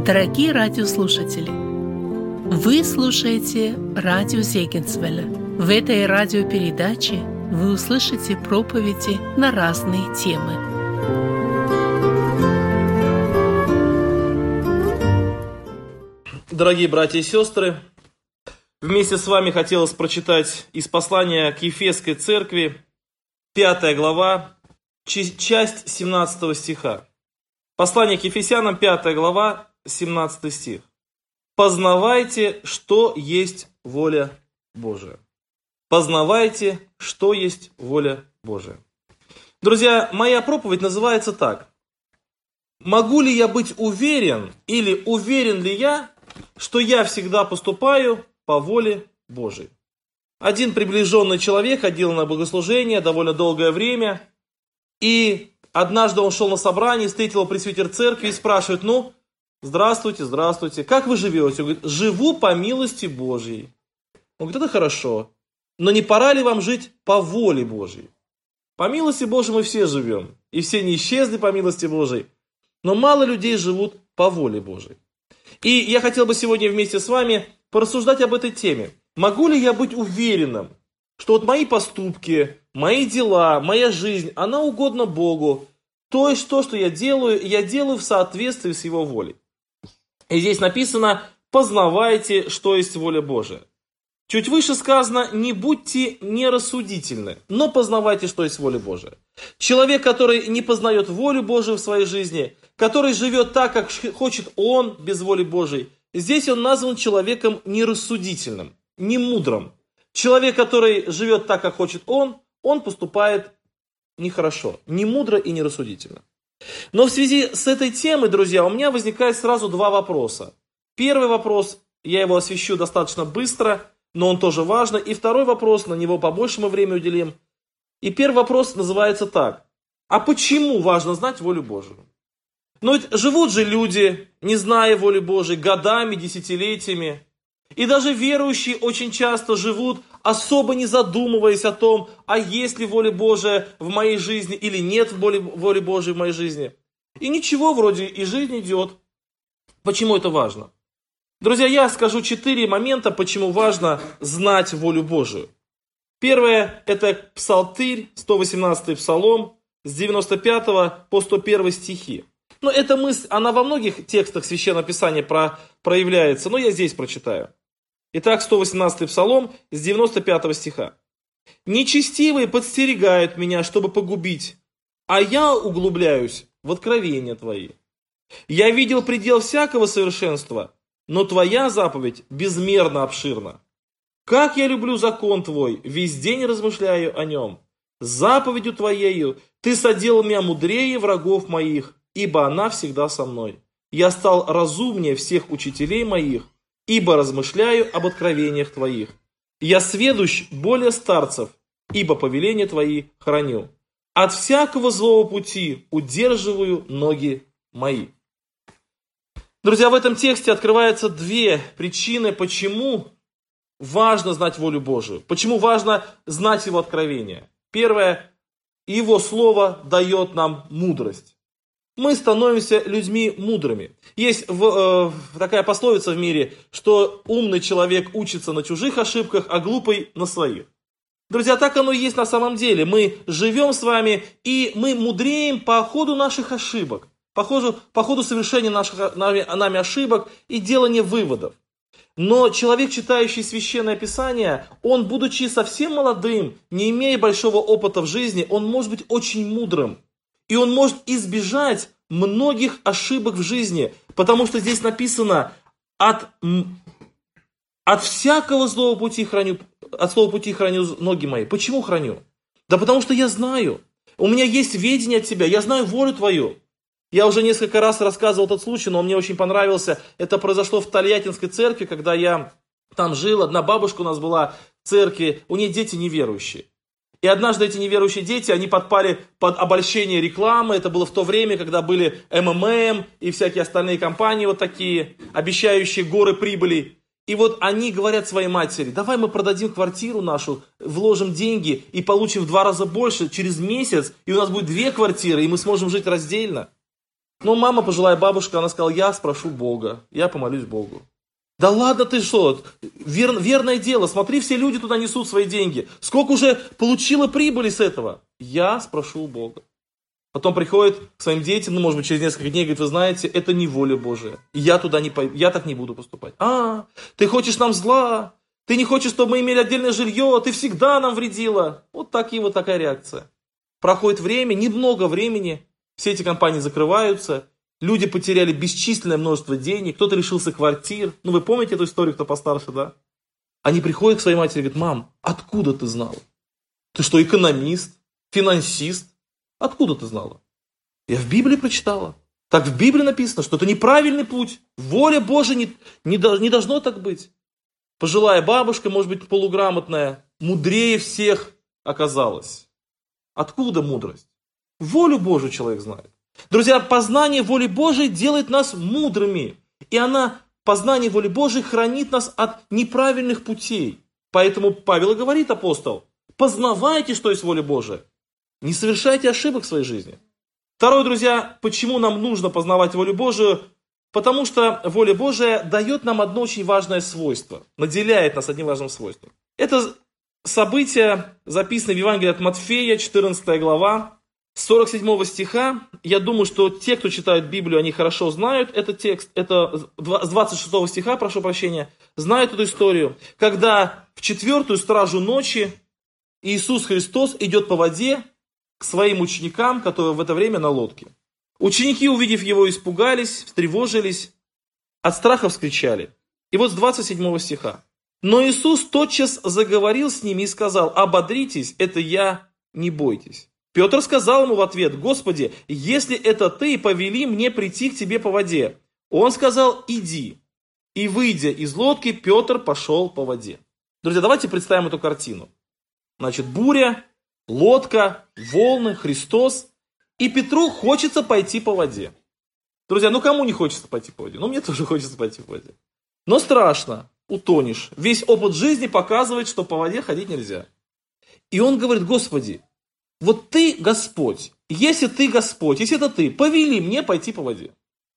Дорогие радиослушатели, вы слушаете радио Зегенсвелля. В этой радиопередаче вы услышите проповеди на разные темы. Дорогие братья и сестры, вместе с вами хотелось прочитать из послания к Ефесской церкви, 5 глава, часть 17 стиха. Послание к Ефесянам, 5 глава, 17 стих. «Познавайте, что есть воля Божия». Познавайте, что есть воля Божия. Друзья, моя проповедь называется так. Могу ли я быть уверен или уверен ли я, что я всегда поступаю по воле Божией? Один приближенный человек ходил на богослужение довольно долгое время, и однажды он шел на собрание, встретил пресвитер церкви и спрашивает: здравствуйте, как вы живете? Он говорит: живу по милости Божьей. Он говорит: это хорошо, но не пора ли вам жить по воле Божьей? По милости Божьей мы все живем, и все не исчезли по милости Божьей, но мало людей живут по воле Божьей. И я хотел бы сегодня вместе с вами порассуждать об этой теме. Могу ли я быть уверенным, что вот мои поступки, мои дела, моя жизнь, она угодна Богу, то есть то, что я делаю в соответствии с Его волей. И здесь написано: познавайте, что есть воля Божия. Чуть выше сказано: не будьте нерассудительны, но познавайте, что есть воля Божия. Человек, который не познает волю Божию в своей жизни, который живет так, как хочет он, без воли Божией, здесь он назван человеком нерассудительным, немудрым. Человек, который живет так, как хочет он поступает нехорошо, не мудро и нерассудительно. Но в связи с этой темой, друзья, у меня возникает сразу два вопроса. Первый вопрос, я его освещу достаточно быстро, но он тоже важный. И второй вопрос, на него побольше мы время уделим. И первый вопрос называется так: а почему важно знать волю Божию? Но ведь живут же люди, не зная воли Божией, годами, десятилетиями. И даже верующие очень часто живут, особо не задумываясь о том, а есть ли воля Божия в моей жизни или нет воли Божией в моей жизни. И ничего, вроде и жизнь идет. Почему это важно? Друзья, я скажу 4 момента, почему важно знать волю Божию. Первое, это Псалтырь, 118-й Псалом, с 95 по 101 стихи. Но эта мысль, она во многих текстах Священного Писания проявляется, но я здесь прочитаю. Итак, 118-й Псалом с 95 стиха. «Нечестивые подстерегают меня, чтобы погубить, а я углубляюсь в откровения Твои. Я видел предел всякого совершенства, но Твоя заповедь безмерно обширна. Как я люблю закон Твой, весь день размышляю о нем. Заповедью Твоею Ты соделал меня мудрее врагов моих, ибо она всегда со мной. Я стал разумнее всех учителей моих, ибо размышляю об откровениях Твоих. Я сведущ более старцев, ибо повеления Твои храню. От всякого злого пути удерживаю ноги мои». Друзья, в этом тексте открываются две причины, почему важно знать волю Божию, почему важно знать Его откровения. Первое, Его Слово дает нам мудрость. Мы становимся людьми мудрыми. Есть такая пословица в мире, что умный человек учится на чужих ошибках, а глупый на своих. Друзья, так оно и есть на самом деле. Мы живем с вами, и мы мудреем по ходу наших ошибок, по ходу совершения наших нами ошибок и делания выводов. Но человек, читающий Священное Писание, он, будучи совсем молодым, не имея большого опыта в жизни, он может быть очень мудрым. И он может избежать многих ошибок в жизни, потому что здесь написано: от всякого злого пути храню ноги мои. Почему храню? Да потому что я знаю. У меня есть ведение от Тебя, я знаю волю Твою. Я уже несколько раз рассказывал этот случай, но он мне очень понравился. Это произошло в Тольяттинской церкви, когда я там жил. Одна бабушка у нас была в церкви, у нее дети неверующие. И однажды эти неверующие дети, они подпали под обольщение рекламы. Это было в то время, когда были МММ и всякие остальные компании вот такие, обещающие горы прибыли. И вот они говорят своей матери: давай мы продадим квартиру нашу, вложим деньги и получим в 2 раза больше через месяц, и у нас будет 2 квартиры, и мы сможем жить раздельно. Но мама, пожилая бабушка, она сказала, я спрошу Бога, я помолюсь Богу. Да ладно ты что, верное дело, смотри, все люди туда несут свои деньги. Сколько уже получила прибыли с этого? Я спрошу у Бога. Потом приходит к своим детям, может быть, через несколько дней, говорит, вы знаете, это не воля Божия. И я туда не пойду, я так не буду поступать. Ты хочешь нам зла, ты не хочешь, чтобы мы имели отдельное жилье, ты всегда нам вредила. Вот такая реакция. Проходит время, немного времени, все эти компании закрываются, люди потеряли бесчисленное множество денег, кто-то лишился квартир. Вы помните эту историю, кто постарше, да? Они приходят к своей матери и говорят, мам, откуда ты знала? Ты что, экономист, финансист? Откуда ты знала? Я в Библии прочитала. Так в Библии написано, что это неправильный путь. Воля Божия не должно так быть. Пожилая бабушка, может быть, полуграмотная, мудрее всех оказалась. Откуда мудрость? Волю Божию человек знает. Друзья, познание воли Божией делает нас мудрыми. И познание воли Божией хранит нас от неправильных путей. Поэтому Павел и говорит, апостол, познавайте, что есть воля Божия. Не совершайте ошибок в своей жизни. Второе, друзья, почему нам нужно познавать волю Божию? Потому что воля Божия дает нам одно очень важное свойство. Наделяет нас одним важным свойством. Это событие записано в Евангелии от Матфея, 14 глава, с 47 стиха. Я думаю, что те, кто читает Библию, они хорошо знают этот текст. Это с 26 стиха, прошу прощения, знают эту историю. Когда в 4-ю стражу ночи Иисус Христос идет по воде к своим ученикам, которые в это время на лодке. Ученики, увидев его, испугались, встревожились, от страха вскричали. И вот с 27 стиха. Но Иисус тотчас заговорил с ними и сказал, ободритесь, это я, не бойтесь. Петр сказал ему в ответ, Господи, если это ты, повели мне прийти к тебе по воде. Он сказал, иди. И выйдя из лодки, Петр пошел по воде. Друзья, давайте представим эту картину. Значит, буря, лодка, волны, Христос. И Петру хочется пойти по воде. Друзья, кому не хочется пойти по воде? Мне тоже хочется пойти по воде. Но страшно, утонешь. Весь опыт жизни показывает, что по воде ходить нельзя. И он говорит, Господи, вот ты Господь, если ты Господь, если это ты, повели мне пойти по воде.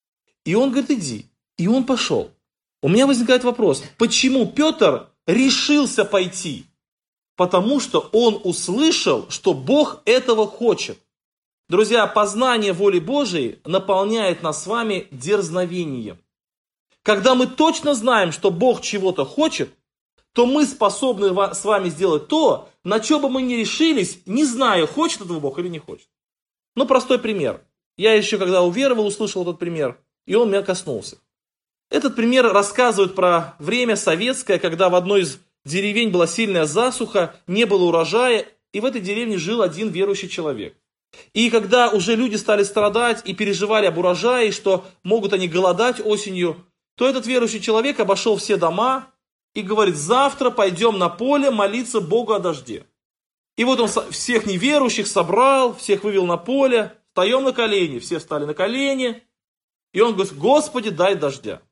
И он говорит, иди. И он пошел. У меня возникает вопрос, почему Петр решился пойти? Потому что он услышал, что Бог этого хочет. Друзья, познание воли Божией наполняет нас с вами дерзновением. Когда мы точно знаем, что Бог чего-то хочет, то мы способны с вами сделать то, на что бы мы ни решились, не зная, хочет этого Бог или не хочет. Простой пример. Я еще когда уверовал, услышал этот пример, и он меня коснулся. Этот пример рассказывает про время советское, когда в одной из деревень была сильная засуха, не было урожая, и в этой деревне жил один верующий человек. И когда уже люди стали страдать и переживали об урожае, что могут они голодать осенью, то этот верующий человек обошел все дома и говорит, завтра пойдем на поле молиться Богу о дожде. И вот он всех неверующих собрал, всех вывел на поле, встаем на колени, все встали на колени, и он говорит, Господи, дай дождя.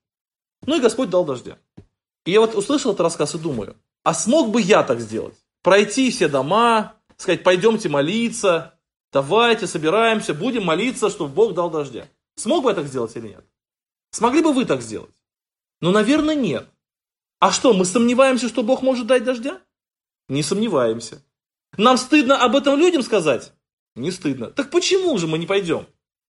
И Господь дал дождя. И я вот услышал этот рассказ и думаю, а смог бы я так сделать? Пройти все дома, сказать, пойдемте молиться, давайте собираемся, будем молиться, чтобы Бог дал дождя. Смог бы я так сделать или нет? Смогли бы вы так сделать? Наверное, нет. А что, мы сомневаемся, что Бог может дать дождя? Не сомневаемся. Нам стыдно об этом людям сказать? Не стыдно. Так почему же мы не пойдем?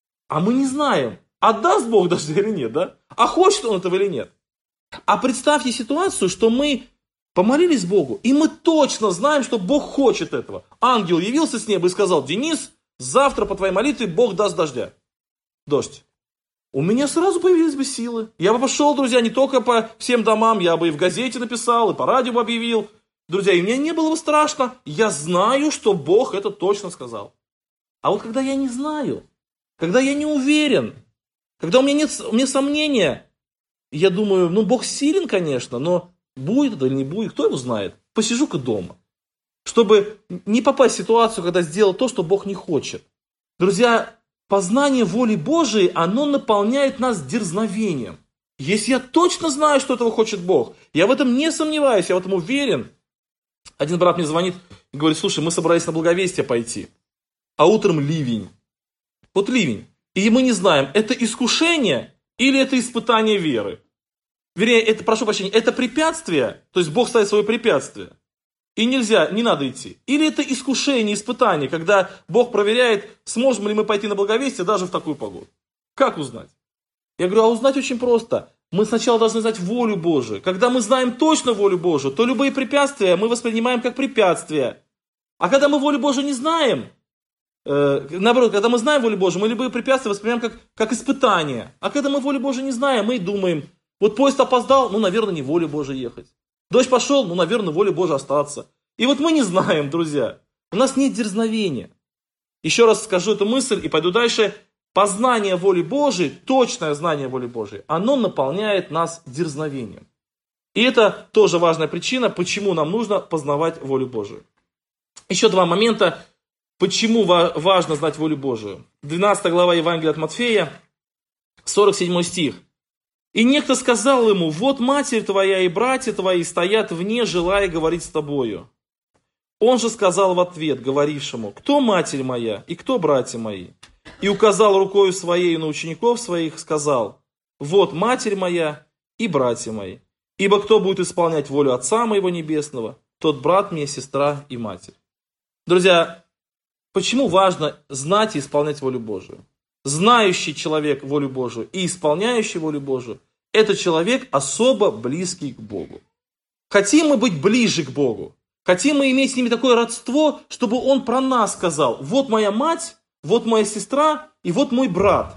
А мы не знаем, отдаст Бог дождя или нет, да? А хочет Он этого или нет? А представьте ситуацию, что мы помолились Богу, и мы точно знаем, что Бог хочет этого. Ангел явился с неба и сказал, Денис, завтра по твоей молитве Бог даст дождя. Дождь. У меня сразу появились бы силы. Я бы пошел, друзья, не только по всем домам, я бы и в газете написал, и по радио бы объявил. Друзья, и мне не было бы страшно. Я знаю, что Бог это точно сказал. А вот когда я не знаю, когда я не уверен, когда у меня нет сомнения, я думаю, Бог силен, конечно, но будет это или не будет, кто его знает. Посижу-ка дома. Чтобы не попасть в ситуацию, когда сделал то, что Бог не хочет. Друзья, познание воли Божией, оно наполняет нас дерзновением. Если я точно знаю, что этого хочет Бог, я в этом не сомневаюсь, я в этом уверен. Один брат мне звонит и говорит, слушай, мы собрались на благовестие пойти, а утром ливень. Вот ливень. и мы не знаем, это искушение или это испытание веры. Вернее, это, прошу прощения, это препятствие, то есть Бог ставит свое препятствие, и не надо идти. Или это искушение, испытание, когда Бог проверяет, сможем ли мы пойти на благовестие даже в такую погоду. Как узнать? Я говорю, узнать очень просто. Мы сначала должны знать волю Божию. Когда мы знаем точно волю Божию, то любые препятствия мы воспринимаем как препятствия. А когда мы волю Божию не знаем, наоборот, когда мы знаем волю Божию, мы любые препятствия воспринимаем как испытание. А когда мы волю Божию не знаем, мы думаем, вот поезд опоздал, наверное, не воля Божия ехать. Дождь пошел, наверное, воля Божия остаться. И вот мы не знаем, друзья. У нас нет дерзновения. Еще раз скажу эту мысль и пойду дальше. Познание воли Божией, точное знание воли Божией, оно наполняет нас дерзновением. И это тоже важная причина, почему нам нужно познавать волю Божию. Еще два момента, почему важно знать волю Божию. 12 глава Евангелия от Матфея, 47 стих. «И некто сказал ему, вот матерь твоя и братья твои стоят вне, желая говорить с тобою. Он же сказал в ответ говорившему, кто матерь моя и кто братья мои? И указал рукою своей на учеников своих, сказал, вот матерь моя и братья мои. Ибо кто будет исполнять волю Отца моего Небесного, тот брат мне, сестра и матерь». Друзья, почему важно знать и исполнять волю Божию? Знающий человек волю Божию и исполняющий волю Божию, это человек особо близкий к Богу. Хотим мы быть ближе к Богу? Хотим мы иметь с ними такое родство, чтобы Он про нас сказал, вот моя мать, вот моя сестра и вот мой брат.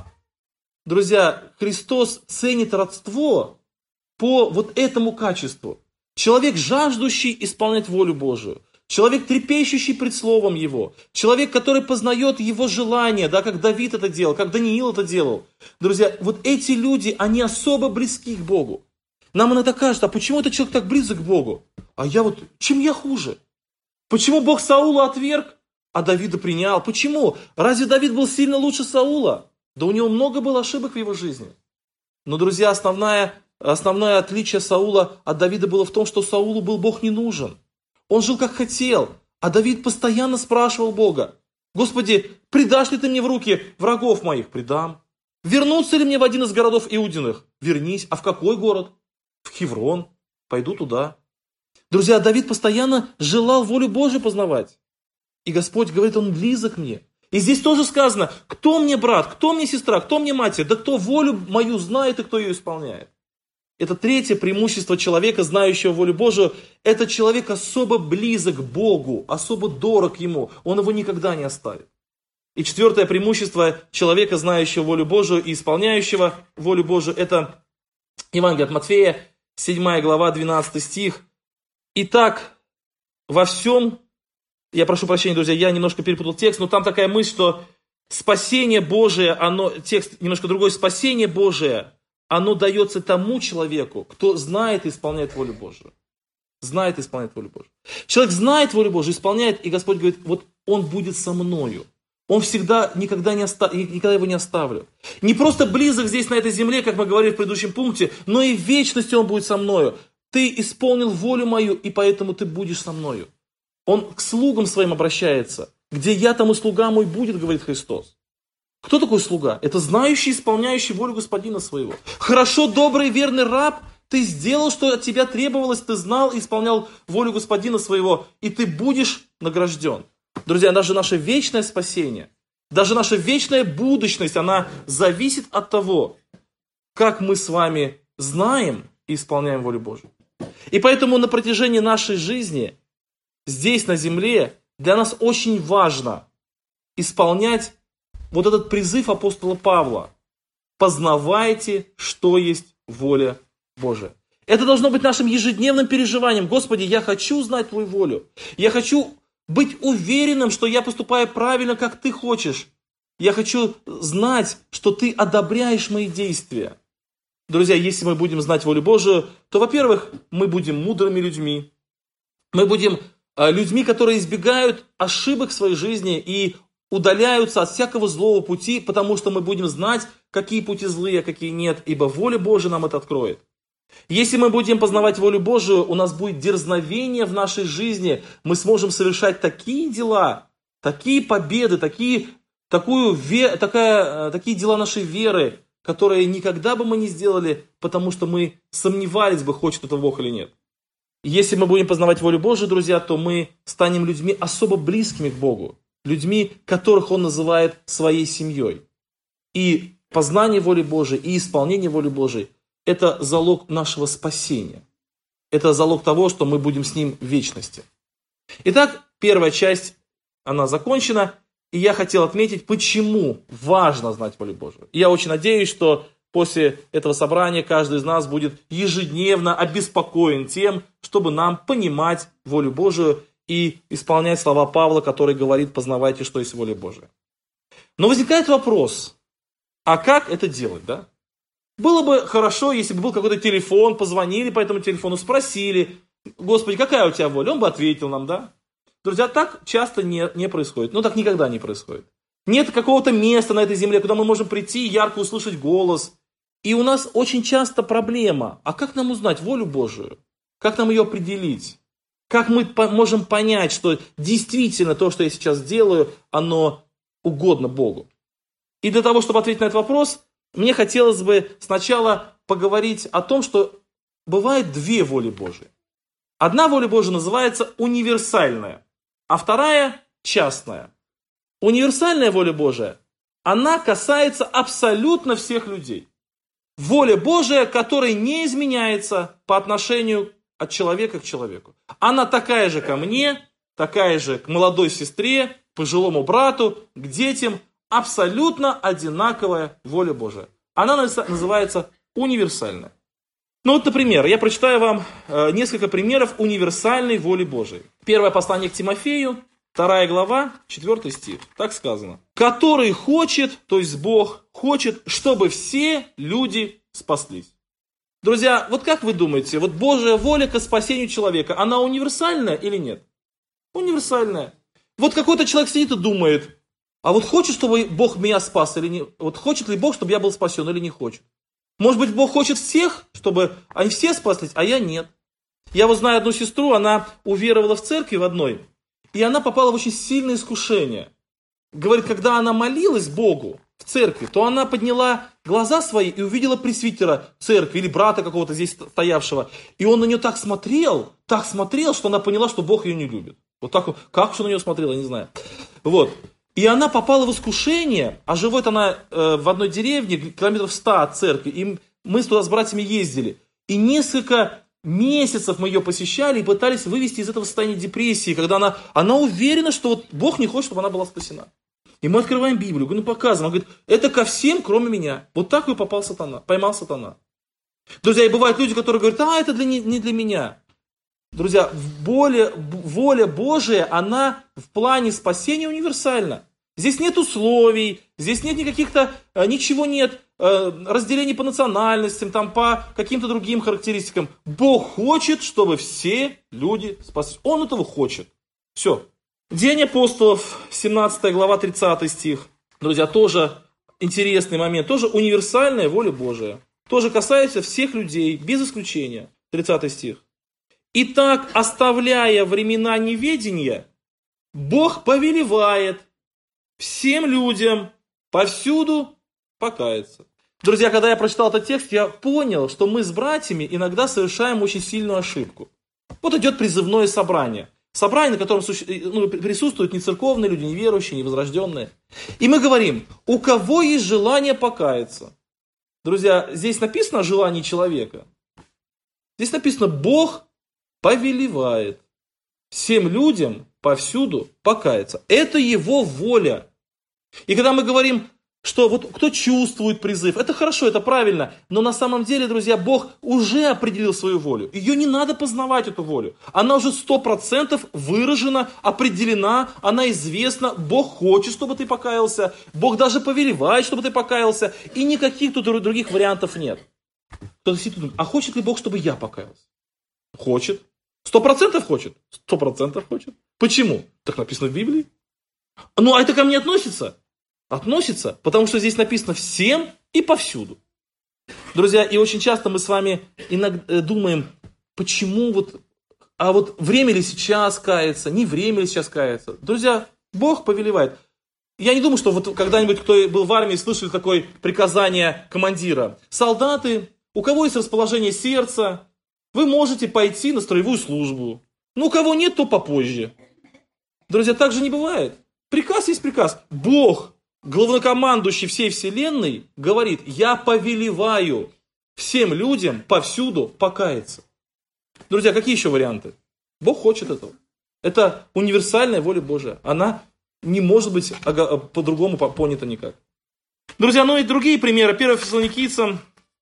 Друзья, Христос ценит родство по вот этому качеству. Человек, жаждущий исполнять волю Божию. Человек, трепещущий пред Словом Его. Человек, который познает Его желания, да, как Давид это делал, как Даниил это делал. Друзья, вот эти люди, они особо близки к Богу. Нам иногда кажется, а почему этот человек так близок к Богу? А чем я хуже? Почему Бог Саула отверг, а Давида принял? Почему? Разве Давид был сильно лучше Саула? Да у него много было ошибок в его жизни. Но, друзья, основное отличие Саула от Давида было в том, что Саулу был Бог не нужен. Он жил как хотел, а Давид постоянно спрашивал Бога, Господи, предашь ли ты мне в руки врагов моих? Предам. Вернуться ли мне в один из городов Иудиных? Вернись. А в какой город? В Хеврон. Пойду туда. Друзья, Давид постоянно желал волю Божию познавать. И Господь говорит, Он близок мне. И здесь тоже сказано, кто мне брат, кто мне сестра, кто мне матерь? Да кто волю мою знает и кто ее исполняет. Это третье преимущество человека, знающего волю Божию. Это человек особо близок к Богу, особо дорог Ему. Он его никогда не оставит. И четвертое преимущество человека, знающего волю Божию и исполняющего волю Божию, это Евангелие от Матфея, 7 глава, 12 стих. Итак, во всем, я прошу прощения, друзья, я немножко перепутал текст, но там такая мысль, что спасение Божие, текст немножко другой, спасение Божие, оно дается тому человеку, кто знает и исполняет волю Божию. Знает и исполняет волю Божию. Человек знает волю Божию, исполняет, и Господь говорит, вот Он будет со мною. Он всегда, никогда его не оставлю. Не просто близок здесь, на этой земле, как мы говорили в предыдущем пункте, но и в вечности Он будет со мною. Ты исполнил волю мою, и поэтому ты будешь со мною. Он к слугам своим обращается. Где я, там и слуга мой будет, говорит Христос. Кто такой слуга? Это знающий, исполняющий волю Господина своего. Хорошо, добрый, верный раб, ты сделал, что от тебя требовалось, ты знал и исполнял волю Господина своего, и ты будешь награжден. Друзья, даже наше вечное спасение, даже наша вечная будущность, она зависит от того, как мы с вами знаем и исполняем волю Божию. И поэтому на протяжении нашей жизни, здесь на земле, для нас очень важно исполнять вот этот призыв апостола Павла. Познавайте, что есть воля Божия. Это должно быть нашим ежедневным переживанием. Господи, я хочу знать Твою волю. Я хочу быть уверенным, что я поступаю правильно, как Ты хочешь. Я хочу знать, что Ты одобряешь мои действия. Друзья, если мы будем знать волю Божию, то, во-первых, мы будем мудрыми людьми. Мы будем людьми, которые избегают ошибок в своей жизни и удаляются от всякого злого пути, потому что мы будем знать, какие пути злые, а какие нет, ибо воля Божия нам это откроет. Если мы будем познавать волю Божию, у нас будет дерзновение в нашей жизни, мы сможем совершать такие дела, такие победы, такие такие дела нашей веры, которые никогда бы мы не сделали, потому что мы сомневались бы, хочет это Бог или нет. Если мы будем познавать волю Божию, друзья, то мы станем людьми особо близкими к Богу, людьми, которых Он называет своей семьей. И познание воли Божией, и исполнение воли Божией – это залог нашего спасения. Это залог того, что мы будем с Ним в вечности. Итак, первая часть, она закончена. И я хотел отметить, почему важно знать волю Божию. И я очень надеюсь, что после этого собрания каждый из нас будет ежедневно обеспокоен тем, чтобы нам понимать волю Божию и исполнять слова Павла, который говорит: познавайте, что есть воля Божия. Но возникает вопрос, а как это делать, да? Было бы хорошо, если бы был какой-то телефон, позвонили по этому телефону, спросили: Господи, какая у тебя воля? Он бы ответил нам, да? Друзья, так часто не происходит. Так никогда не происходит. Нет какого-то места на этой земле, куда мы можем прийти и ярко услышать голос. И у нас очень часто проблема. А как нам узнать волю Божию? Как нам ее определить? Как мы можем понять, что действительно то, что я сейчас делаю, оно угодно Богу? И для того, чтобы ответить на этот вопрос, мне хотелось бы сначала поговорить о том, что бывает две воли Божии. Одна воля Божия называется универсальная, а вторая частная. Универсальная воля Божия, она касается абсолютно всех людей. Воля Божия, которая не изменяется по отношению от человека к человеку. Она такая же ко мне, такая же к молодой сестре, к пожилому брату, к детям. Абсолютно одинаковая воля Божия. Она называется универсальная. Например, я прочитаю вам несколько примеров универсальной воли Божией. Первое послание к Тимофею, 2 глава, 4 стих. Так сказано. «Который хочет, то есть Бог, хочет, чтобы все люди спаслись». Друзья, как вы думаете, Божья воля к спасению человека, она универсальная или нет? Универсальная. Какой-то человек сидит и думает: а хочет, чтобы Бог меня спас или не? Хочет ли Бог, чтобы я был спасен или не хочет? Может быть, Бог хочет всех, чтобы они все спаслись, а я нет. Я знаю одну сестру, она уверовала в церкви в одной, и она попала в очень сильное искушение. Говорит, когда она молилась Богу в церкви, то она подняла глаза свои и увидела пресвитера церкви или брата какого-то здесь стоявшего. И он на нее так смотрел, что она поняла, что Бог ее не любит. Как он на нее смотрел, я не знаю. И она попала в искушение, а живет она в одной деревне, километров 100 от церкви, и мы туда с братьями ездили. И несколько месяцев мы ее посещали и пытались вывести из этого состояния депрессии, когда она уверена, что Бог не хочет, чтобы она была спасена. И мы открываем Библию, показываем, она говорит: это ко всем, кроме меня. Так и поймал сатана. Друзья, и бывают люди, которые говорят: это не для меня. Друзья, воля Божия, она в плане спасения универсальна. Здесь нет условий, здесь нет ничего нет, разделений по национальностям, по каким-то другим характеристикам. Бог хочет, чтобы все люди спаслись. Он этого хочет. Все. Деяния апостолов, 17 глава, 30 стих. Друзья, тоже интересный момент, тоже универсальная воля Божия. Тоже касается всех людей, без исключения. 30 стих. «Итак, оставляя времена неведения, Бог повелевает всем людям повсюду покаяться». Друзья, когда я прочитал этот текст, я понял, что мы с братьями иногда совершаем очень сильную ошибку. Идет призывное собрание. Собрание, на котором присутствуют не церковные люди, не верующие, не возрожденные. И мы говорим: у кого есть желание покаяться? Друзья, здесь написано о желании человека. Здесь написано: Бог повелевает всем людям повсюду покаяться. Это Его воля. И когда мы говорим, что кто чувствует призыв, это хорошо, это правильно. Но на самом деле, друзья, Бог уже определил свою волю. Ее не надо познавать, эту волю. Она уже 100% выражена, определена, она известна. Бог хочет, чтобы ты покаялся. Бог даже повелевает, чтобы ты покаялся. И никаких тут других вариантов нет. Кто-то сидит и думает: а хочет ли Бог, чтобы я покаялся? Хочет. 100% хочет? 100% хочет. Почему? Так написано в Библии. А это ко мне относится? Относится, потому что здесь написано всем и повсюду. Друзья, и очень часто мы с вами иногда думаем: почему время ли сейчас каяться, не время ли сейчас каяться? Друзья, Бог повелевает. Я не думаю, что вот когда-нибудь кто был в армии, слышали такое приказание командира. Солдаты, у кого есть расположение сердца, вы можете пойти на строевую службу. Но у кого нет, то попозже. Друзья, так же не бывает. Приказ есть приказ. Бог, главнокомандующий всей вселенной, говорит: я повелеваю всем людям повсюду покаяться. Друзья, какие еще варианты? Бог хочет этого. Это универсальная воля Божия. Она не может быть по-другому понята никак. Друзья, ну и другие примеры. 1 Фессалоникийцам,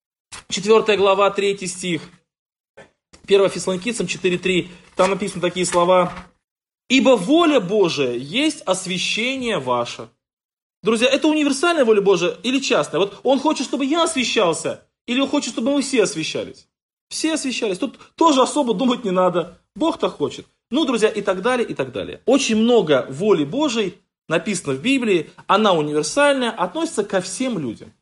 4 глава, 3 стих. 1 Фессалоникийцам 4:3. Там написаны такие слова. «Ибо воля Божия есть освящение ваше». Друзья, это универсальная воля Божия или частная? Вот Он хочет, чтобы я освящался, или Он хочет, чтобы мы все освящались? Все освящались. Тут тоже особо думать не надо. Бог так хочет. Ну, друзья, и так далее, и так далее. Очень много воли Божией написано в Библии. Она универсальная, относится ко всем людям.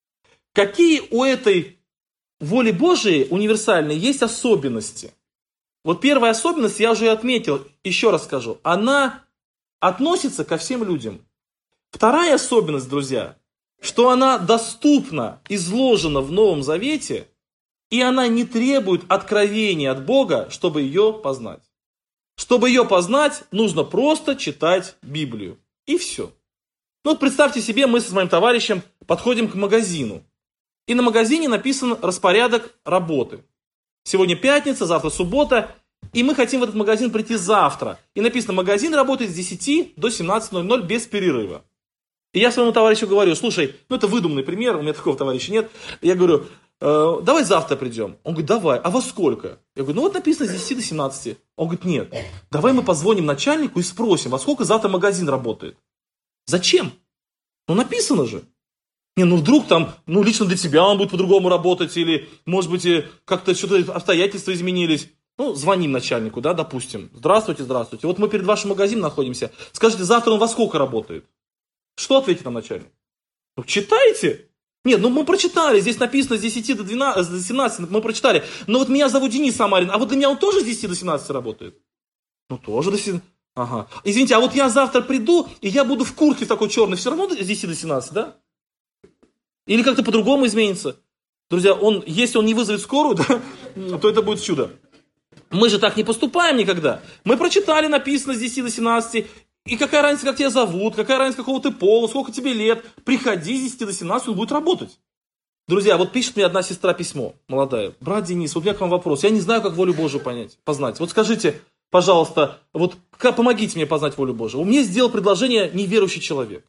Какие у этой воли Божией универсальной есть особенности? Вот первая особенность я уже отметил, еще раз скажу. Она относится ко всем людям. Вторая особенность, друзья, что она доступна, изложена в Новом Завете, и она не требует откровения от Бога, чтобы ее познать. Чтобы ее познать, нужно просто читать Библию. И все. Ну вот представьте себе, мы с моим товарищем подходим к магазину. И на магазине написан распорядок работы. Сегодня пятница, завтра суббота, и мы хотим в этот магазин прийти завтра. И написано, магазин работает с 10 до 17:00 без перерыва. И я своему товарищу говорю: слушай, ну это выдуманный пример, у меня такого товарища нет. Я говорю: давай завтра придем. Он говорит: давай, а во сколько? Я говорю: ну вот написано с 10 до 17. Он говорит: нет, давай мы позвоним начальнику и спросим, во сколько завтра магазин работает. Зачем? Ну написано же. Не, ну вдруг там, ну лично для тебя он будет по-другому работать, или может быть как-то что-то обстоятельства изменились. Ну звоним начальнику, да, допустим. Здравствуйте, здравствуйте. Вот мы перед вашим магазином находимся. Скажите, завтра он во сколько работает? Что ответит нам начальник? Ну читайте. Нет, ну мы прочитали, здесь написано с 10 до 12, до 17, мы прочитали. Но вот меня зовут Денис Самарин, а вот для меня он тоже с 10 до 17 работает? Ну тоже до 17. Ага. Извините, а вот я завтра приду, и я буду в куртке такой черной, все равно с 10 до 17, да? Или как-то по-другому изменится? Друзья, если он не вызовет скорую, да, то это будет чудо. Мы же так не поступаем никогда. Мы прочитали, написано с 10 до 17, и какая разница, как тебя зовут, какая разница, какого ты пола, сколько тебе лет. Приходи с 10 до 17, он будет работать. Друзья, вот пишет мне одна сестра письмо, молодая. Брат Денис, вот у меня к вам вопрос. Я не знаю, как волю Божию познать. Вот скажите, пожалуйста, вот помогите мне познать волю Божию. Мне сделал предложение неверующий человек.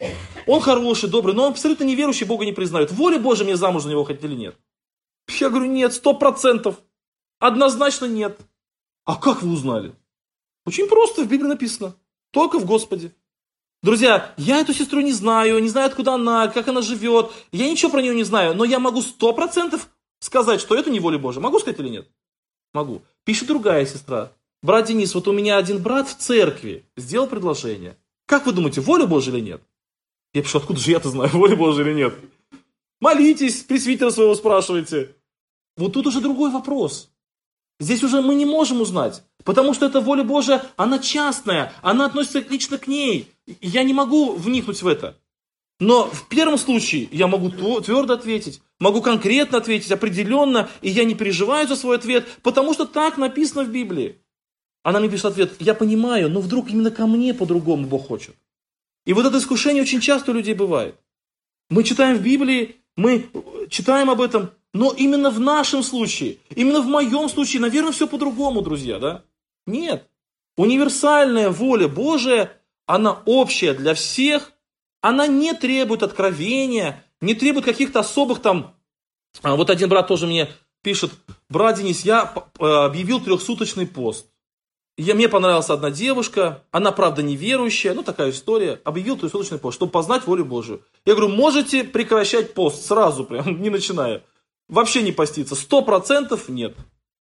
Он хороший, добрый, но он абсолютно неверующий, Бога не признает. Воля Божия мне замуж за него хоть или нет? Я говорю: нет, 100%. Однозначно нет. А как вы узнали? Очень просто, в Библии написано. Только в Господе. Друзья, я эту сестру не знаю, откуда она, как она живет. Я ничего про нее не знаю, но я могу 100% сказать, что это не воля Божия. Могу сказать или нет? Могу. Пишет другая сестра. Брат Денис, вот у меня один брат в церкви сделал предложение. Как вы думаете, воля Божия или нет? Я пишу: откуда же я-то знаю, воля Божия или нет? Молитесь, пресвитера своего спрашивайте. Вот тут уже другой вопрос. Здесь уже мы не можем узнать, потому что эта воля Божия, она частная, она относится лично к ней. Я не могу вникнуть в это. Но в первом случае я могу твердо ответить, могу конкретно ответить, определенно, и я не переживаю за свой ответ, потому что так написано в Библии. Она мне пишет ответ: я понимаю, но вдруг именно ко мне по-другому Бог хочет. И вот это искушение очень часто у людей бывает. Мы читаем в Библии, мы читаем об этом, но именно в нашем случае, именно в моем случае, наверное, все по-другому, друзья, да? Нет. Универсальная воля Божия, она общая для всех, она не требует откровения, не требует каких-то особых там... Вот один брат тоже мне пишет: брат Денис, я объявил 3-суточный пост. Мне понравилась одна девушка, она, правда, неверующая, ну, такая история, объявил 3-суточный пост, чтобы познать волю Божию. Я говорю: можете прекращать пост сразу, прям, не начиная. Вообще не поститься. 100% нет.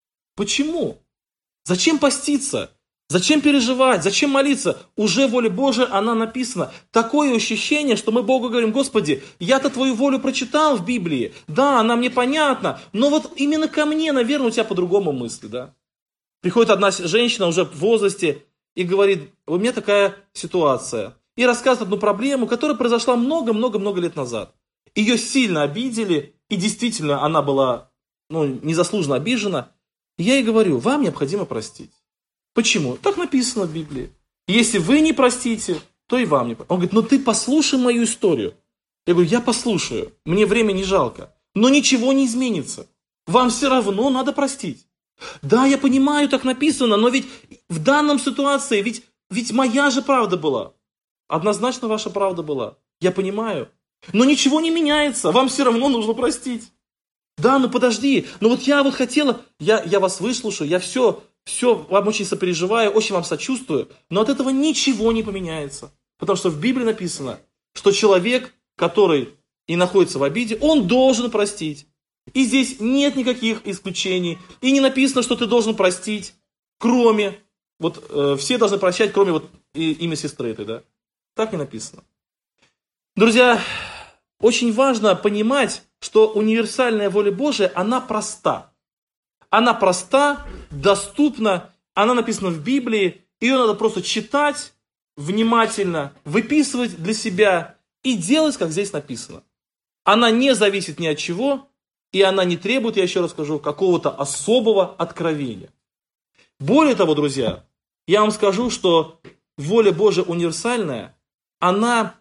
Почему? Зачем поститься? Зачем переживать? Зачем молиться? Уже воля Божия, она написана. Такое ощущение, что мы Богу говорим: Господи, я-то Твою волю прочитал в Библии. Да, она мне понятна, но вот именно ко мне, наверное, у тебя по-другому мысли, да? Приходит одна женщина уже в возрасте и говорит: у меня такая ситуация. и рассказывает одну проблему, которая произошла много-много-много лет назад. Ее сильно обидели, и действительно она была незаслуженно обижена. И я ей говорю, вам необходимо простить. Почему? Так написано в Библии. Если вы не простите, то и вам не простите. Он говорит, ну ты послушай мою историю. Я говорю, я послушаю, мне время не жалко. Но ничего не изменится. Вам все равно надо простить. Да, я понимаю, так написано, но ведь в данном ситуации, ведь моя же правда была. Однозначно ваша правда была. Я понимаю. Но ничего не меняется, вам все равно нужно простить. Да, ну подожди, я хотела, я вас выслушаю, я все вам очень сопереживаю, очень вам сочувствую, но от этого ничего не поменяется. Потому что в Библии написано, что человек, который и находится в обиде, он должен простить. И здесь нет никаких исключений. И не написано, что ты должен простить, кроме, все должны прощать, кроме имя сестры этой, да? Так не написано. Друзья, очень важно понимать, что универсальная воля Божия, она проста. Она проста, доступна, она написана в Библии, ее надо просто читать внимательно, выписывать для себя и делать, как здесь написано. Она не зависит ни от чего, и она не требует, я еще раз скажу, какого-то особого откровения. Более того, друзья, я вам скажу, что воля Божия универсальная, она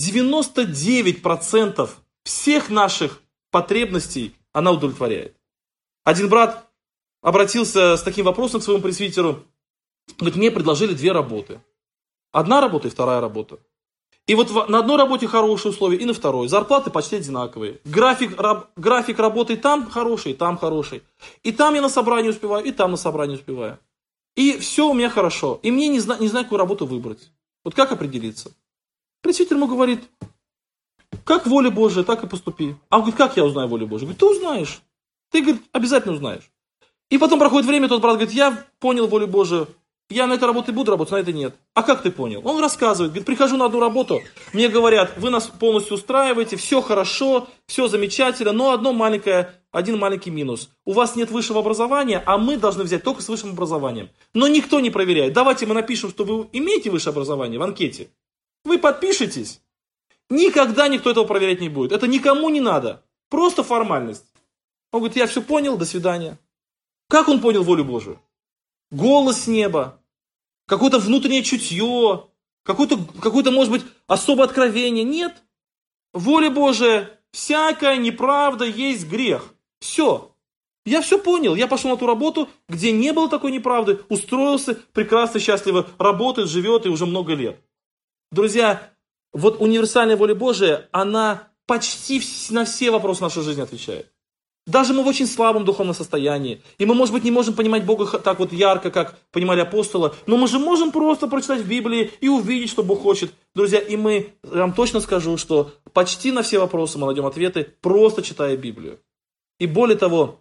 99% всех наших потребностей она удовлетворяет. Один брат обратился с таким вопросом к своему пресвитеру. Говорит, мне предложили 2 работы. Одна работа и вторая работа. И на одной работе хорошие условия, и на второй. Зарплаты почти одинаковые. График работы там хороший, и там хороший. И там я на собрание успеваю, и там на собрание успеваю. И все у меня хорошо. И мне не знаю, какую работу выбрать. Как определиться? Пресвитер ему говорит, как воля Божия, так и поступи. А он говорит, как я узнаю волю Божию? Говорит, ты узнаешь. Ты, говорит, обязательно узнаешь. И потом проходит время, тот брат говорит, я понял волю Божию. Я на этой работе буду работать, на этой нет. А как ты понял? Он рассказывает, говорит, прихожу на одну работу, мне говорят, вы нас полностью устраиваете, все хорошо, все замечательно, но один маленький минус. У вас нет высшего образования, а мы должны взять только с высшим образованием. Но никто не проверяет. Давайте мы напишем, что вы имеете высшее образование в анкете. Вы подпишетесь. Никогда никто этого проверять не будет. Это никому не надо. Просто формальность. Он говорит, я все понял, до свидания. Как он понял волю Божию? Голос с неба. Какое-то внутреннее чутье, какое-то, может быть, особое откровение. Нет. Воля Божия, всякая неправда есть грех. Все. Я все понял. Я пошел на ту работу, где не было такой неправды, устроился, прекрасно, счастливо работает, живет и уже много лет. Друзья, универсальная воля Божия, она почти на все вопросы нашей жизни отвечает. Даже мы в очень слабом духовном состоянии. И мы, может быть, не можем понимать Бога так ярко, как понимали апостолы. Но мы же можем просто прочитать в Библии и увидеть, что Бог хочет. Друзья, и я вам точно скажу, что почти на все вопросы мы найдем ответы, просто читая Библию. И более того,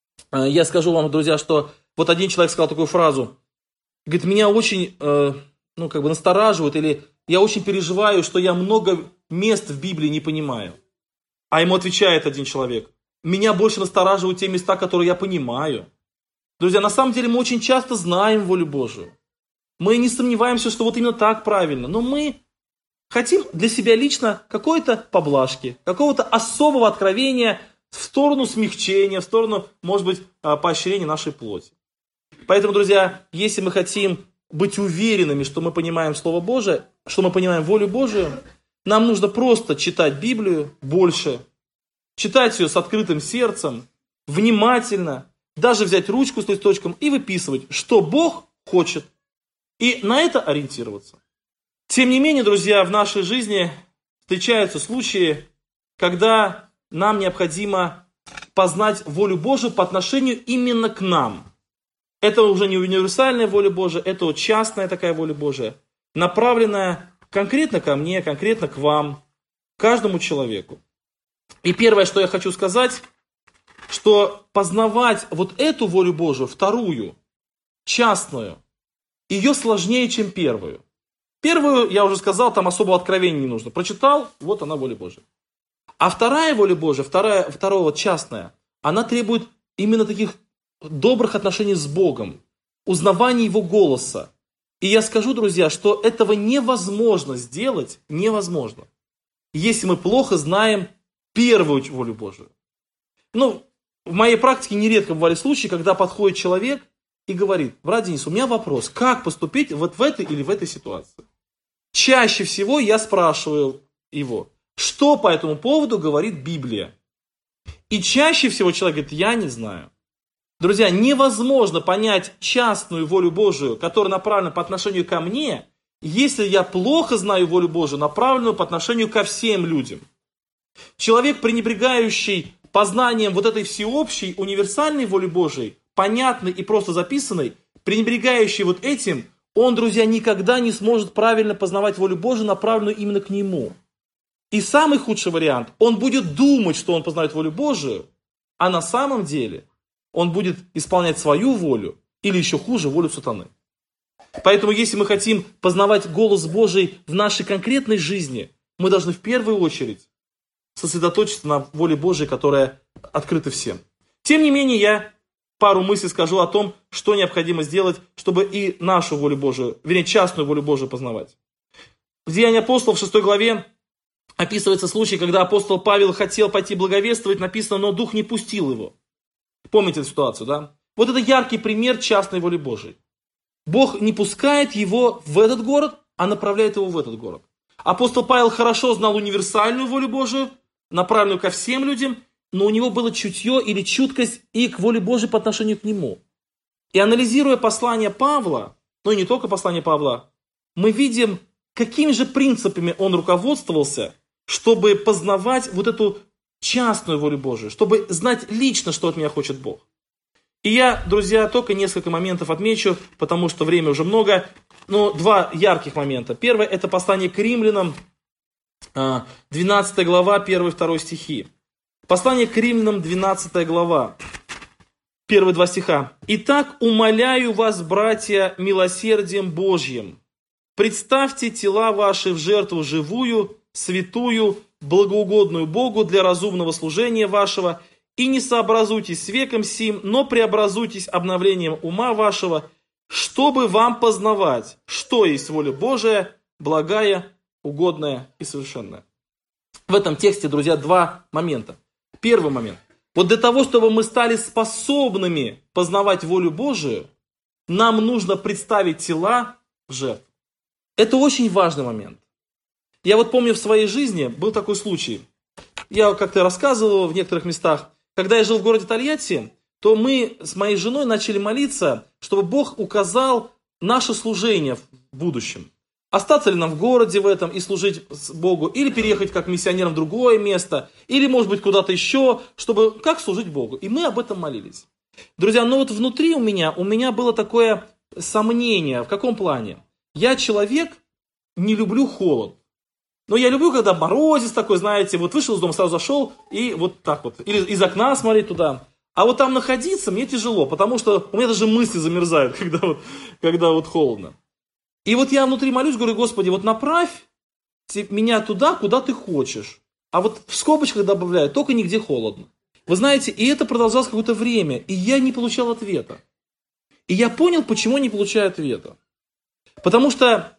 я скажу вам, друзья, что один человек сказал такую фразу. Говорит, меня очень настораживает, или я очень переживаю, что я много мест в Библии не понимаю. А ему отвечает один человек. Меня больше настораживают те места, которые я понимаю. Друзья, на самом деле мы очень часто знаем волю Божию. Мы не сомневаемся, что именно так правильно. Но мы хотим для себя лично какой-то поблажки, какого-то особого откровения в сторону смягчения, в сторону, может быть, поощрения нашей плоти. Поэтому, друзья, если мы хотим быть уверенными, что мы понимаем Слово Божие, что мы понимаем волю Божию, нам нужно просто читать Библию больше, читать ее с открытым сердцем, внимательно, даже взять ручку с листочком и выписывать, что Бог хочет, и на это ориентироваться. Тем не менее, друзья, в нашей жизни встречаются случаи, когда нам необходимо познать волю Божию по отношению именно к нам. Это уже не универсальная воля Божия, это частная такая воля Божия, направленная конкретно ко мне, конкретно к вам, к каждому человеку. И первое, что я хочу сказать, что познавать эту волю Божию, вторую, частную, ее сложнее, чем первую. Первую, я уже сказал, там особого откровения не нужно. Прочитал, она воля Божия. А вторая воля Божия, вторая частная, она требует именно таких добрых отношений с Богом, узнавания Его голоса, И я скажу, друзья, что этого невозможно сделать, невозможно, если мы плохо знаем первую волю Божию. В моей практике нередко бывали случаи, когда подходит человек и говорит: брат Денис, у меня вопрос, как поступить вот в этой или в этой ситуации? Чаще всего я спрашиваю его, что по этому поводу говорит Библия. И чаще всего человек говорит: я не знаю. Друзья, невозможно понять частную волю Божию, которая направлена по отношению ко мне, если я плохо знаю волю Божию, направленную по отношению ко всем людям. Человек, пренебрегающий познанием вот этой всеобщей, универсальной воли Божией, понятной и просто записанной, пренебрегающий вот этим, он, друзья, никогда не сможет правильно познавать волю Божию, направленную именно к нему. И самый худший вариант, он будет думать, что он познает волю Божию, а на самом деле он будет исполнять свою волю, или еще хуже, волю сатаны. Поэтому, если мы хотим познавать голос Божий в нашей конкретной жизни, мы должны в первую очередь сосредоточиться на воле Божией, которая открыта всем. Тем не менее, я пару мыслей скажу о том, что необходимо сделать, чтобы и нашу волю Божию, вернее, частную волю Божию познавать. В Деяниях апостолов, в 6 главе, описывается случай, когда апостол Павел хотел пойти благовествовать, написано, но Дух не пустил его. Помните эту ситуацию, да? Вот это яркий пример частной воли Божией. Бог не пускает его в этот город, а направляет его в этот город. Апостол Павел хорошо знал универсальную волю Божию, направленную ко всем людям, но у него было чутье или чуткость и к воле Божией по отношению к нему. И анализируя послание Павла, но и не только послание Павла, мы видим, какими же принципами он руководствовался, чтобы познавать вот эту частную волю Божию, чтобы знать лично, что от меня хочет Бог. И я, друзья, только несколько моментов отмечу, потому что время уже много, но два ярких момента. Первое, это послание к римлянам, 12 глава, 1-2 стихи. Послание к римлянам, 12 глава, 1-2 стиха. «Итак, умоляю вас, братья, милосердием Божьим, представьте тела ваши в жертву живую, святую, благоугодную Богу для разумного служения вашего, и не сообразуйтесь с веком сим, но преобразуйтесь обновлением ума вашего, чтобы вам познавать, что есть воля Божия, благая, угодная и совершенная». В этом тексте, друзья, два момента. Первый момент. Вот для того, чтобы мы стали способными познавать волю Божию, нам нужно представить тела в жертву. Это очень важный момент. Я вот помню, в своей жизни был такой случай. Я как-то рассказывал в некоторых местах. Когда я жил в городе Тольятти, то мы с моей женой начали молиться, чтобы Бог указал наше служение в будущем. Остаться ли нам в городе в этом и служить Богу, или переехать как миссионером в другое место, или, может быть, куда-то еще, чтобы как служить Богу. И мы об этом молились. Друзья, но вот внутри у меня было такое сомнение. В каком плане? Я человек, не люблю холод. Но я люблю, когда морозец такой, знаете, вот вышел из дома, сразу зашел и вот так вот. Или из окна смотреть туда. А вот там находиться мне тяжело, потому что у меня даже мысли замерзают, когда вот холодно. И вот я внутри молюсь, говорю: Господи, вот направь меня туда, куда ты хочешь. А вот в скобочках добавляю, только нигде холодно. Вы знаете, и это продолжалось какое-то время, и я не получал ответа. И я понял, почему не получаю ответа. Потому что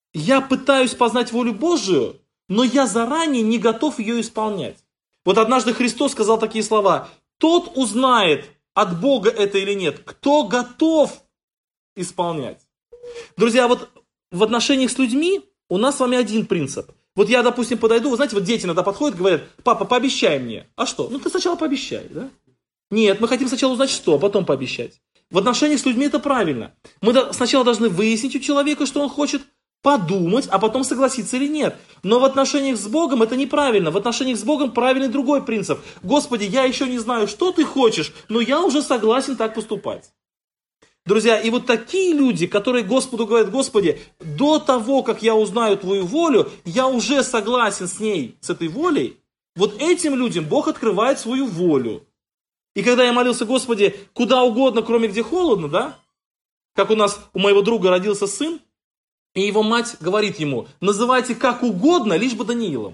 я пытаюсь познать волю Божию, но я заранее не готов ее исполнять. Вот однажды Христос сказал такие слова: «Тот узнает, от Бога это или нет, кто готов исполнять». Друзья, вот в отношениях с людьми у нас с вами один принцип. Вот я, допустим, подойду, вы знаете, вот дети иногда подходят и говорят: папа, пообещай мне. А что? Ну ты сначала пообещай, да? Нет, мы хотим сначала узнать что, а потом пообещать. В отношениях с людьми это правильно. Мы сначала должны выяснить у человека, что он хочет, подумать, а потом согласиться или нет. Но в отношениях с Богом это неправильно. В отношениях с Богом правильный другой принцип. Господи, я еще не знаю, что ты хочешь, но я уже согласен так поступать. Друзья, и вот такие люди, которые Господу говорят: Господи, до того, как я узнаю Твою волю, я уже согласен с ней, с этой волей, вот этим людям Бог открывает свою волю. И когда я молился: Господи, куда угодно, кроме где холодно, да? Как у моего друга родился сын, и его мать говорит ему: называйте как угодно, лишь бы Даниилом.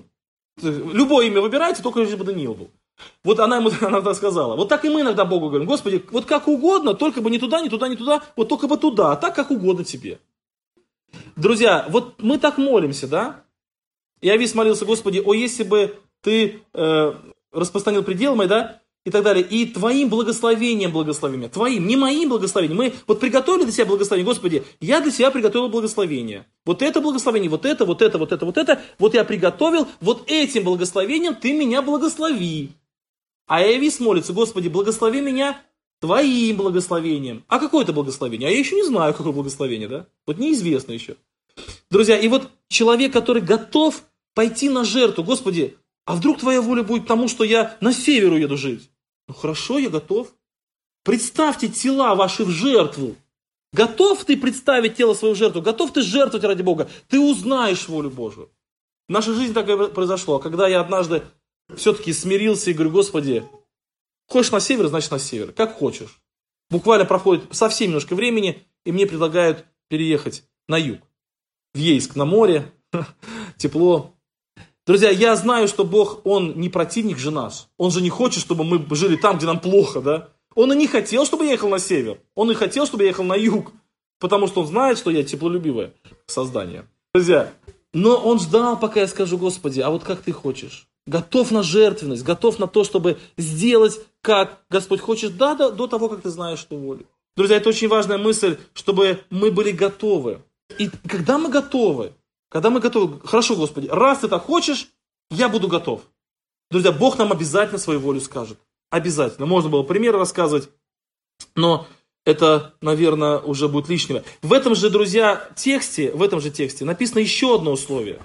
Любое имя выбирайте, только лишь бы Даниил был. Вот она ему иногда сказала. Вот так и мы иногда Богу говорим: Господи, вот как угодно, только бы не туда, не туда, не туда, вот только бы туда, а так как угодно тебе. Друзья, вот мы так молимся, да? Иовис молился: Господи, о, если бы Ты распространил пределы мои, да? И так далее. И Твоим благословением благослови меня. Твоим, не моим благословением. Мы вот приготовили для себя благословение. Господи, я для себя приготовил благословение. Вот это благословение, вот это. Вот я приготовил, вот этим благословением Ты меня благослови. А Иовис молится: Господи, благослови меня Твоим благословением. А какое это благословение? А я еще не знаю, какое благословение, да? Вот неизвестно еще. Друзья, и вот человек, который готов пойти на жертву: Господи, а вдруг Твоя воля будет тому, что я на север уеду жить? Ну хорошо, я готов. Представьте тела ваши в жертву. Готов ты представить тело свое в жертву? Готов ты жертвовать ради Бога? Ты узнаешь волю Божию. В нашей жизни такое произошло. Когда я однажды все-таки смирился и говорю: Господи, хочешь на север, значит на север. Как хочешь. Буквально проходит совсем немножко времени, и мне предлагают переехать на юг. В Ейск, на море, тепло. Друзья, я знаю, что Бог, Он не противник же наш. Он же не хочет, чтобы мы жили там, где нам плохо, да? Он и не хотел, чтобы я ехал на север. Он и хотел, чтобы я ехал на юг. Потому что Он знает, что я теплолюбивое создание. Друзья, но Он ждал, пока я скажу: Господи, а вот как Ты хочешь? Готов на жертвенность, готов на то, чтобы сделать, как Господь хочет, да, до того, как Ты знаешь, что волю. Друзья, это очень важная мысль, чтобы мы были готовы. И когда мы готовы, хорошо, Господи, раз Ты так хочешь, я буду готов. Друзья, Бог нам обязательно свою волю скажет. Обязательно. Можно было примеры рассказывать, но это, наверное, уже будет лишнего. В этом же, друзья, тексте написано еще одно условие,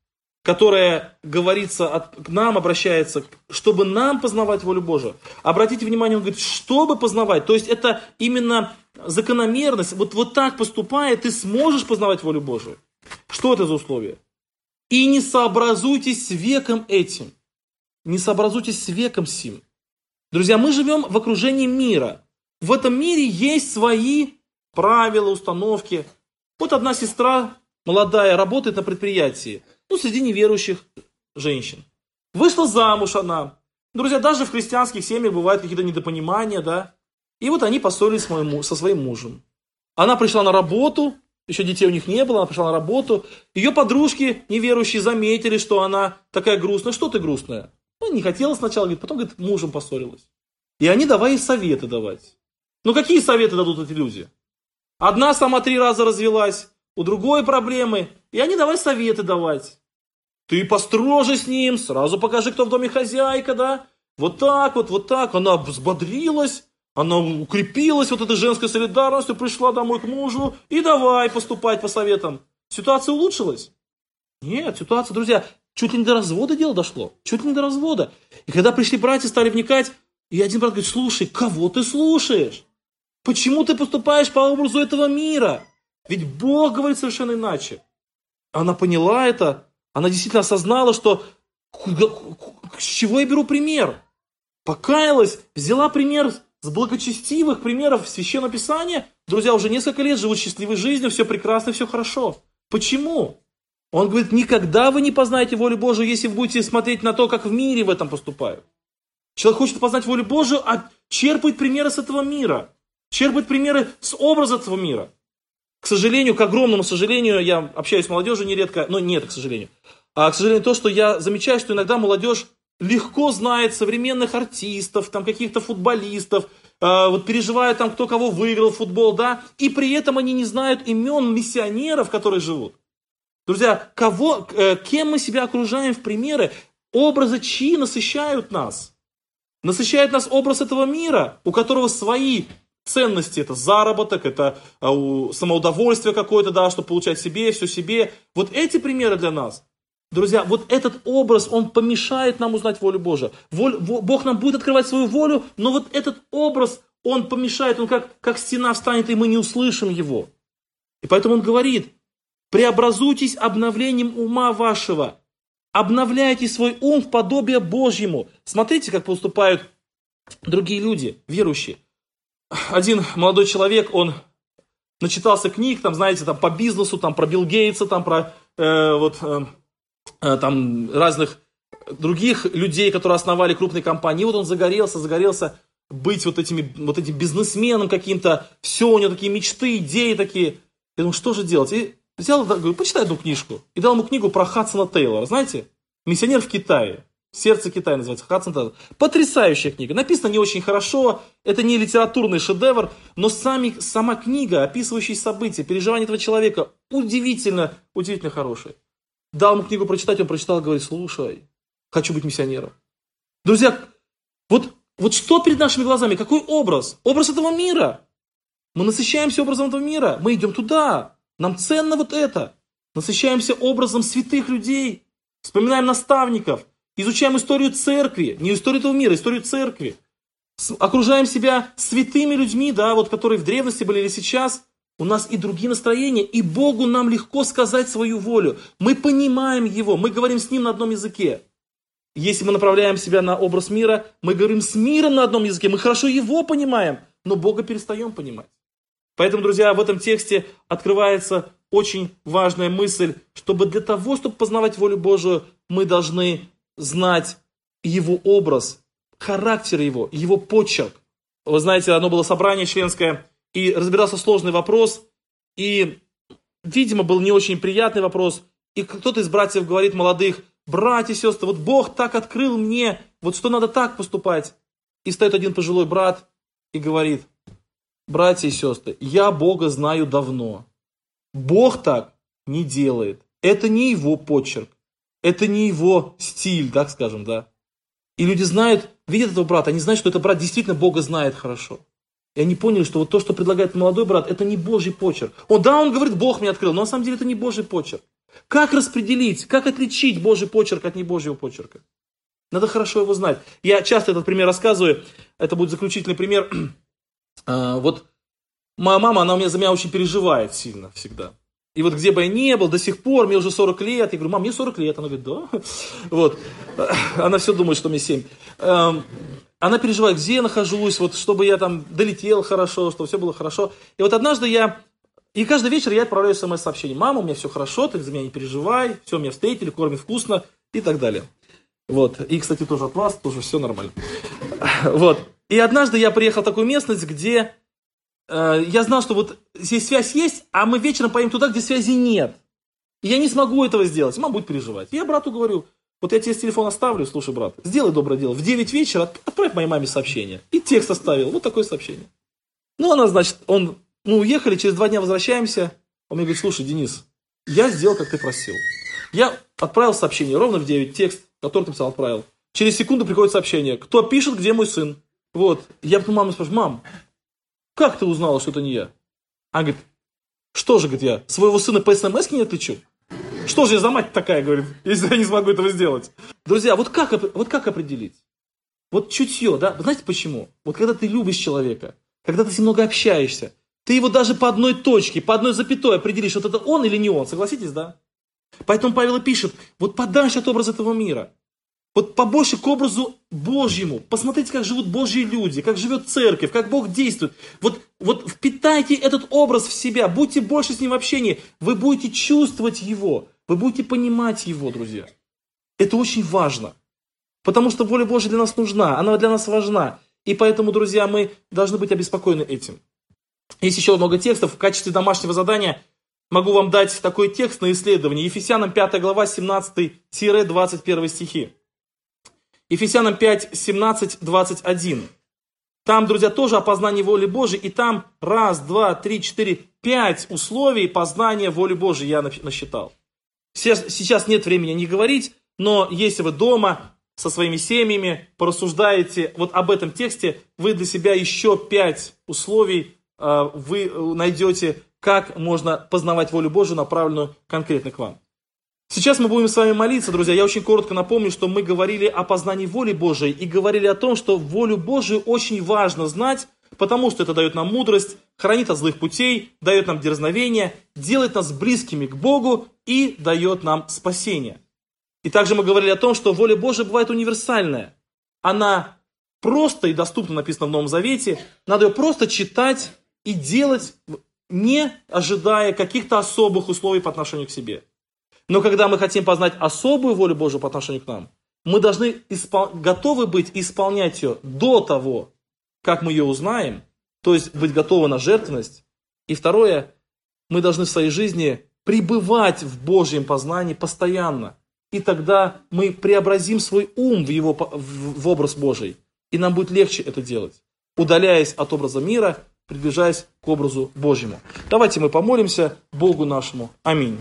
которое говорится, к нам обращается, чтобы нам познавать волю Божию. Обратите внимание, он говорит, чтобы познавать. То есть это именно закономерность. Вот так поступая, ты сможешь познавать волю Божию. Что это за условие? И не сообразуйтесь с веком этим. Не сообразуйтесь с веком сим. Друзья, мы живем в окружении мира. В этом мире есть свои правила, установки. Вот одна сестра молодая работает на предприятии. Среди неверующих женщин. Вышла замуж она. Друзья, даже в христианских семьях бывают какие-то недопонимания, да. И вот они поссорились со своим мужем. Она пришла на работу, еще детей у них не было, она пришла на работу. Ее подружки неверующие заметили, что она такая грустная. Что ты грустная? Не хотела сначала, говорит, потом, говорит, мужем поссорилась. И они давай ей советы давать. Какие советы дадут эти люди? Одна сама 3 раза развелась, у другой проблемы. И они давай советы давать. Ты построже с ним, сразу покажи, кто в доме хозяйка, да? Вот так. Она взбодрилась, она укрепилась, вот этой женской солидарностью, пришла домой к мужу и давай поступать по советам. Ситуация улучшилась? Нет, ситуация, друзья, чуть ли не до развода дело дошло. Чуть ли не до развода. И когда пришли братья, стали вникать, и один брат говорит: слушай, кого ты слушаешь? Почему ты поступаешь по образу этого мира? Ведь Бог говорит совершенно иначе. Она поняла это. Она действительно осознала, что с чего я беру пример. Покаялась, взяла пример с благочестивых примеров Священного Писания. Друзья, уже несколько лет живут счастливой жизнью, все прекрасно, все хорошо. Почему? Он говорит: никогда вы не познаете волю Божию, если вы будете смотреть на то, как в мире в этом поступают. Человек хочет познать волю Божию, а черпает примеры с этого мира. Черпает примеры с образа этого мира. К сожалению, к огромному сожалению, я общаюсь с молодежью нередко, но нет, к сожалению. А, к сожалению, то, что я замечаю, что иногда молодежь легко знает современных артистов, каких-то футболистов, переживает кто кого выиграл в футбол, да, и при этом они не знают имен миссионеров, которые живут. Друзья, кем мы себя окружаем в примеры? Образы чьи насыщают нас? Насыщает нас образ этого мира, у которого свои ценности. Это заработок, это самоудовольствие какое-то, да, чтобы получать себе, все себе. Вот эти примеры для нас. Друзья, вот этот образ, он помешает нам узнать волю Божию. Бог нам будет открывать свою волю, но вот этот образ, он помешает, он как стена встанет, и мы не услышим его. И поэтому он говорит: преобразуйтесь обновлением ума вашего. Обновляйте свой ум в подобие Божьему. Смотрите, как поступают другие люди, верующие. Один молодой человек, он начитался книг, по бизнесу, про Билл Гейтса, про разных других людей, которые основали крупные компании. И вот он загорелся быть этим бизнесменом каким-то. Все, у него такие мечты, идеи такие. Я думаю, что же делать? И Взял, говорю, почитай одну книжку. И дал ему книгу про Хадсона Тейлора. Знаете? «Миссионер в Китае». «Сердце Китая» называется. Хадсон Тейлор. Потрясающая книга. Написано не очень хорошо. Это не литературный шедевр. Но сама книга, описывающая события, переживания этого человека, удивительно хорошая. Дал ему книгу прочитать, он прочитал и говорит, слушай, хочу быть миссионером. Друзья, вот что перед нашими глазами? Какой образ? Образ этого мира. Мы насыщаемся образом этого мира. Мы идем туда. Нам ценно вот это. Насыщаемся образом святых людей. Вспоминаем наставников. Изучаем историю церкви. Не историю этого мира, историю церкви. Окружаем себя святыми людьми, да, вот, которые в древности были или сейчас. У нас и другие настроения. И Богу нам легко сказать свою волю. Мы понимаем Его. Мы говорим с Ним на одном языке. Если мы направляем себя на образ мира, мы говорим с миром на одном языке. Мы хорошо Его понимаем, но Бога перестаем понимать. Поэтому, друзья, в этом тексте открывается очень важная мысль, чтобы для того, чтобы познавать волю Божию, мы должны знать Его образ, характер Его почерк. Вы знаете, одно было собрание членское, и разбирался сложный вопрос, и, видимо, был не очень приятный вопрос, и кто-то из братьев говорит молодых, братья и сестры, вот Бог так открыл мне, вот что надо так поступать. И стоит один пожилой брат и говорит, братья и сестры, я Бога знаю давно. Бог так не делает. Это не Его почерк. Это не Его стиль, так скажем, да. И люди знают, видят этого брата, они знают, что этот брат действительно Бога знает хорошо. И они поняли, что вот то, что предлагает молодой брат, это не Божий почерк. Он говорит, Бог мне открыл, но на самом деле это не Божий почерк. Как распределить, как отличить Божий почерк от небожьего почерка? Надо хорошо его знать. Я часто этот пример рассказываю, это будет заключительный пример. Вот моя мама, она за меня очень переживает сильно всегда. И вот где бы я ни был, до сих пор, мне уже 40 лет, я говорю, мам, мне 40 лет. Она говорит, да. Вот. Она все думает, что мне 7. Она переживает, где я нахожусь, вот, чтобы я там долетел хорошо, чтобы все было хорошо. И вот однажды и каждый вечер я отправляю смс-сообщение. Мама, у меня все хорошо, ты за меня не переживай, все, меня встретили, кормят вкусно и так далее. Вот. И, кстати, тоже от вас, тоже все нормально. Вот. И однажды я приехал в такую местность, где я знал, что вот здесь связь есть, а мы вечером поедем туда, где связи нет. И я не смогу этого сделать. Мама будет переживать. И я брату говорю, вот я тебе с телефона оставлю, слушай, брат, сделай доброе дело. В 9 вечера отправь моей маме сообщение. И текст оставил. Вот такое сообщение. Ну, она, значит, мы уехали, через 2 дня возвращаемся. Он мне говорит, слушай, Денис, я сделал, как ты просил. Я отправил сообщение ровно в 9, текст, который ты писал, отправил. Через секунду приходит сообщение. Кто пишет, где мой сын? Вот. Я потом маму спрашиваю, мам, как ты узнала, что это не я? Она говорит, что же, говорит, я своего сына по смс-ке не отличу? Что же я за мать такая, говорит, если я не смогу этого сделать? Друзья, вот как определить? Вот чутье, да? Вы знаете почему? Вот когда ты любишь человека, когда ты с ним много общаешься, ты его даже по одной точке, по одной запятой определишь, вот это он или не он. Согласитесь, да? Поэтому Павел и пишет, вот подальше от образа этого мира. Вот побольше к образу Божьему. Посмотрите, как живут Божьи люди, как живет церковь, как Бог действует. Вот впитайте этот образ в себя, будьте больше с Ним в общении. Вы будете чувствовать Его, вы будете понимать Его, друзья. Это очень важно. Потому что воля Божья для нас нужна, она для нас важна. И поэтому, друзья, мы должны быть обеспокоены этим. Есть еще много текстов. В качестве домашнего задания могу вам дать такой текст на исследование. Ефесянам 5 глава 17-21 стихи. Ефесянам 5, 17, 21. Там, друзья, тоже о познании воли Божией. И там 1, 2, 3, 4, 5 условий познания воли Божией я насчитал. Сейчас нет времени не говорить, но если вы дома со своими семьями порассуждаете вот об этом тексте, вы для себя еще 5 условий вы найдете, как можно познавать волю Божию, направленную конкретно к вам. Сейчас мы будем с вами молиться, друзья. Я очень коротко напомню, что мы говорили о познании воли Божией и говорили о том, что волю Божию очень важно знать, потому что это дает нам мудрость, хранит от злых путей, дает нам дерзновение, делает нас близкими к Богу и дает нам спасение. И также мы говорили о том, что воля Божия бывает универсальная. Она просто и доступно написана в Новом Завете. Надо ее просто читать и делать, не ожидая каких-то особых условий по отношению к себе. Но когда мы хотим познать особую волю Божию по отношению к нам, мы должны готовы быть исполнять ее до того, как мы ее узнаем, то есть быть готовы на жертвенность. И второе, мы должны в своей жизни пребывать в Божьем познании постоянно. И тогда мы преобразим свой ум в образ Божий. И нам будет легче это делать, удаляясь от образа мира, приближаясь к образу Божьему. Давайте мы помолимся Богу нашему. Аминь.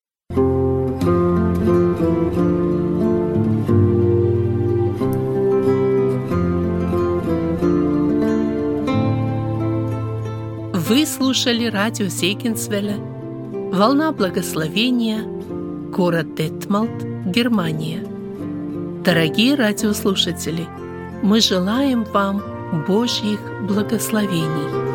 Вы слушали радио Зегенсвелля, «Волна благословения», город Детмалт, Германия. Дорогие радиослушатели, мы желаем вам Божьих благословений.